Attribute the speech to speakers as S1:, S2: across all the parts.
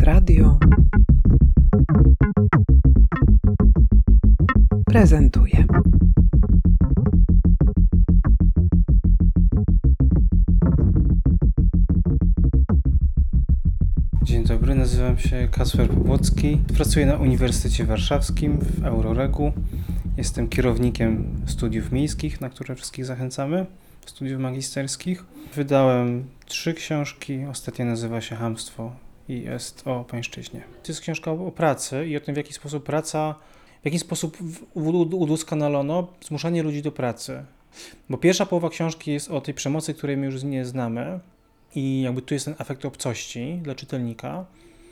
S1: Radio prezentuje.
S2: Dzień dobry, nazywam się Kacper Pobłocki. Pracuję na Uniwersytecie Warszawskim w Euroregu. Jestem kierownikiem studiów miejskich, na które wszystkich zachęcamy, studiów magisterskich. Wydałem 3 książki, ostatnia nazywa się Chamstwo i jest o pańszczyźnie. To jest książka o pracy i o tym, w jaki sposób udoskonalono zmuszanie ludzi do pracy. Bo pierwsza połowa książki jest o tej przemocy, której my już nie znamy i jakby tu jest ten efekt obcości dla czytelnika,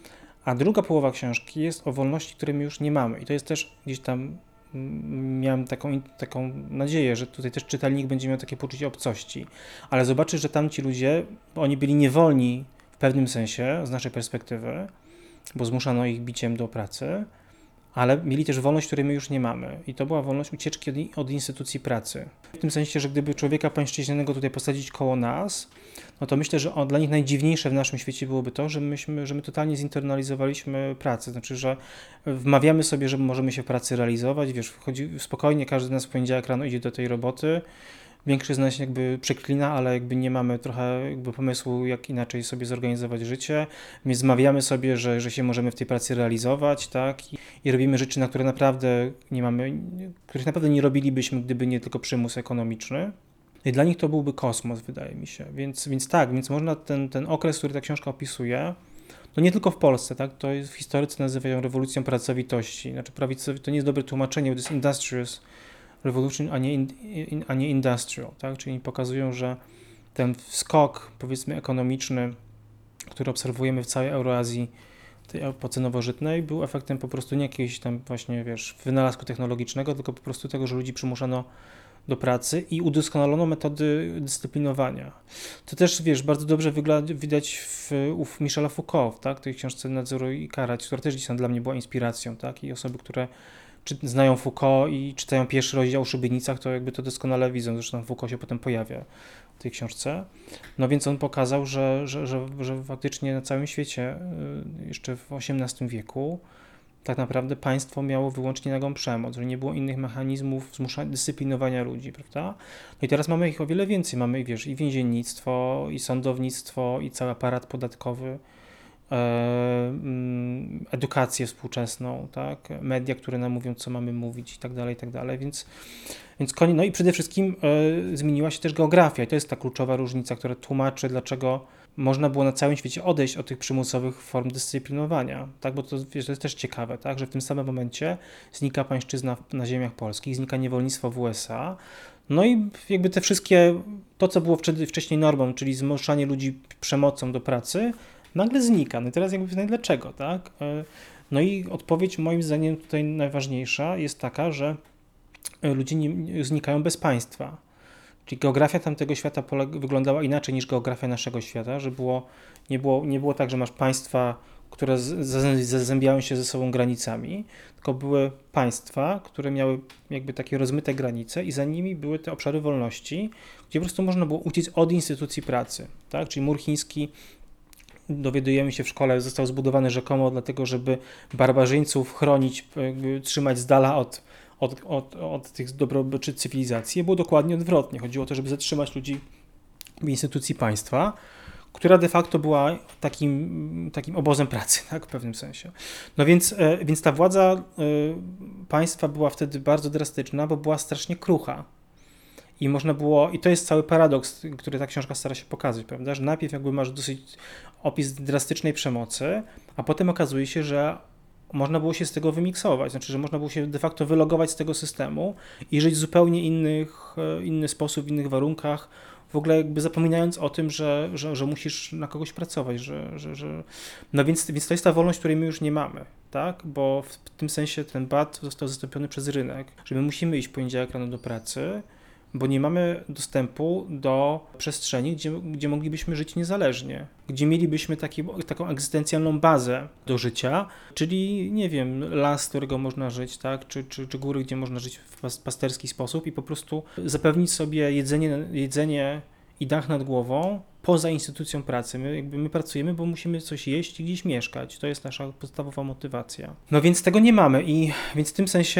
S2: a druga połowa książki jest o wolności, której my już nie mamy i to jest też gdzieś tam, miałem taką nadzieję, że tutaj też czytelnik będzie miał takie poczucie obcości, ale zobaczy, że tamci ludzie, oni byli niewolni w pewnym sensie z naszej perspektywy, bo zmuszano ich biciem do pracy, ale mieli też wolność, której my już nie mamy. I to była wolność ucieczki od instytucji pracy. W tym sensie, że gdyby człowieka pańszczyźnianego tutaj posadzić koło nas, no to myślę, że dla nich najdziwniejsze w naszym świecie byłoby to, że my totalnie zinternalizowaliśmy pracę. Znaczy, że wmawiamy sobie, że możemy się w pracy realizować. Wiesz, spokojnie, każdy z nas w poniedziałek rano idzie do tej roboty. Większość z nas jakby przeklina, ale jakby nie mamy trochę jakby pomysłu, jak inaczej sobie zorganizować życie. Więc zmawiamy sobie, że się możemy w tej pracy realizować, tak? I robimy rzeczy, na które naprawdę nie mamy, których naprawdę nie robilibyśmy, gdyby nie tylko przymus ekonomiczny. I dla nich to byłby kosmos, wydaje mi się. Więc można ten okres, który ta książka opisuje, to nie tylko w Polsce, tak? To jest, historycy nazywają rewolucją pracowitości. Znaczy to nie jest dobre tłumaczenie, bo to jest industrious revolution, a nie industrial, tak? Czyli pokazują, że ten skok, powiedzmy, ekonomiczny, który obserwujemy w całej Euroazji, tej epoce nowożytnej, był efektem po prostu nie jakiegoś tam właśnie, wynalazku technologicznego, tylko po prostu tego, że ludzi przymuszano do pracy i udoskonalono metody dyscyplinowania. To też, bardzo dobrze widać w Michela Foucault, tak? W tej książce Nadzoruj i karać, która też gdzieś tam dla mnie była inspiracją, tak? I osoby, które znają Foucault i czytają pierwszy rozdział o szubienicach, to jakby to doskonale widzą. Zresztą Foucault się potem pojawia w tej książce. No więc on pokazał, że faktycznie na całym świecie, jeszcze w XVIII wieku, tak naprawdę państwo miało wyłącznie nagą przemoc, że nie było innych mechanizmów dyscyplinowania ludzi, prawda? No i teraz mamy ich o wiele więcej. Mamy, i więziennictwo, i sądownictwo, i cały aparat podatkowy, edukację współczesną, tak? Media, które nam mówią, co mamy mówić i tak dalej, więc no i przede wszystkim zmieniła się też geografia i to jest ta kluczowa różnica, która tłumaczy, dlaczego można było na całym świecie odejść od tych przymusowych form dyscyplinowania, tak? Bo to jest też ciekawe, tak? Że w tym samym momencie znika pańszczyzna na ziemiach polskich, znika niewolnictwo w USA, no i jakby te wszystkie, to co było wcześniej normą, czyli zmuszanie ludzi przemocą do pracy, nagle znika. No i teraz jakby pytanie, dlaczego, tak? No i odpowiedź moim zdaniem tutaj najważniejsza jest taka, że ludzie nie znikają bez państwa. Czyli geografia tamtego świata wyglądała inaczej niż geografia naszego świata, że nie było tak, że masz państwa, które zazębiają się ze sobą granicami, tylko były państwa, które miały jakby takie rozmyte granice i za nimi były te obszary wolności, gdzie po prostu można było uciec od instytucji pracy, tak? Czyli mur chiński, dowiadujemy się w szkole, został zbudowany rzekomo dlatego, żeby barbarzyńców chronić, trzymać z dala od tych dobrobyczy cywilizacji. Było dokładnie odwrotnie. Chodziło o to, żeby zatrzymać ludzi w instytucji państwa, która de facto była takim obozem pracy, tak, w pewnym sensie. No więc ta władza państwa była wtedy bardzo drastyczna, bo była strasznie krucha. I to jest cały paradoks, który ta książka stara się pokazać, prawda, że najpierw jakby masz dosyć opis drastycznej przemocy, a potem okazuje się, że można było się z tego wymiksować, znaczy, że można było się de facto wylogować z tego systemu i żyć w zupełnie inny sposób, w innych warunkach, w ogóle jakby zapominając o tym, że musisz na kogoś pracować, No więc to jest ta wolność, której my już nie mamy, tak? Bo w tym sensie ten BAT został zastąpiony przez rynek, że my musimy iść w poniedziałek rano do pracy, bo nie mamy dostępu do przestrzeni, gdzie moglibyśmy żyć niezależnie, gdzie mielibyśmy taką egzystencjalną bazę do życia, czyli, nie wiem, las, z którego można żyć, tak, czy góry, gdzie można żyć w pasterski sposób i po prostu zapewnić sobie jedzenie i dach nad głową poza instytucją pracy. My pracujemy, bo musimy coś jeść i gdzieś mieszkać. To jest nasza podstawowa motywacja. No więc tego nie mamy i więc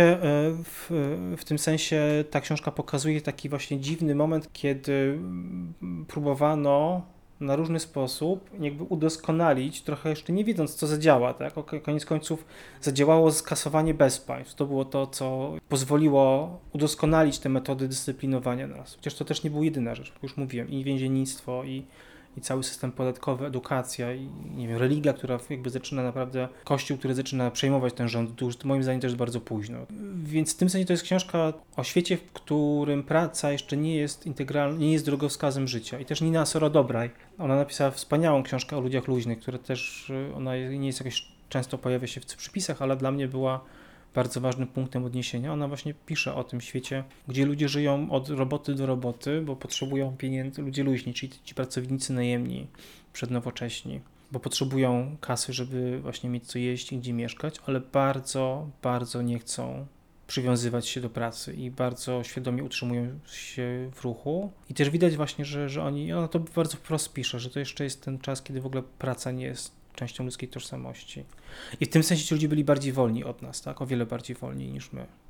S2: w tym sensie ta książka pokazuje taki właśnie dziwny moment, kiedy próbowano na różny sposób jakby udoskonalić, trochę jeszcze nie wiedząc, co zadziała, tak? Koniec końców zadziałało skasowanie bezpaństw. To było to, co pozwoliło udoskonalić te metody dyscyplinowania nas. Chociaż to też nie była jedyna rzecz, jak już mówiłem, i więziennictwo, i cały system podatkowy, edukacja i nie wiem, religia, która jakby zaczyna naprawdę, kościół, który zaczyna przejmować ten rząd, to już moim zdaniem też bardzo późno. Więc w tym sensie to jest książka o świecie, w którym praca jeszcze nie jest integralna, nie jest drogowskazem życia. I też Nina Soro-Dobraj, ona napisała wspaniałą książkę o ludziach luźnych, która też, ona nie jest jakoś, często pojawia się w przypisach, ale dla mnie była bardzo ważnym punktem odniesienia. Ona właśnie pisze o tym świecie, gdzie ludzie żyją od roboty do roboty, bo potrzebują pieniędzy, ludzie luźni, czyli ci pracownicy najemni, przednowocześni, bo potrzebują kasy, żeby właśnie mieć co jeść i gdzie mieszkać, ale bardzo, bardzo nie chcą przywiązywać się do pracy i bardzo świadomie utrzymują się w ruchu. I też widać właśnie, że ona to bardzo wprost pisze, że to jeszcze jest ten czas, kiedy w ogóle praca nie jest częścią ludzkiej tożsamości. I w tym sensie ci ludzie byli bardziej wolni od nas, tak? O wiele bardziej wolni niż my.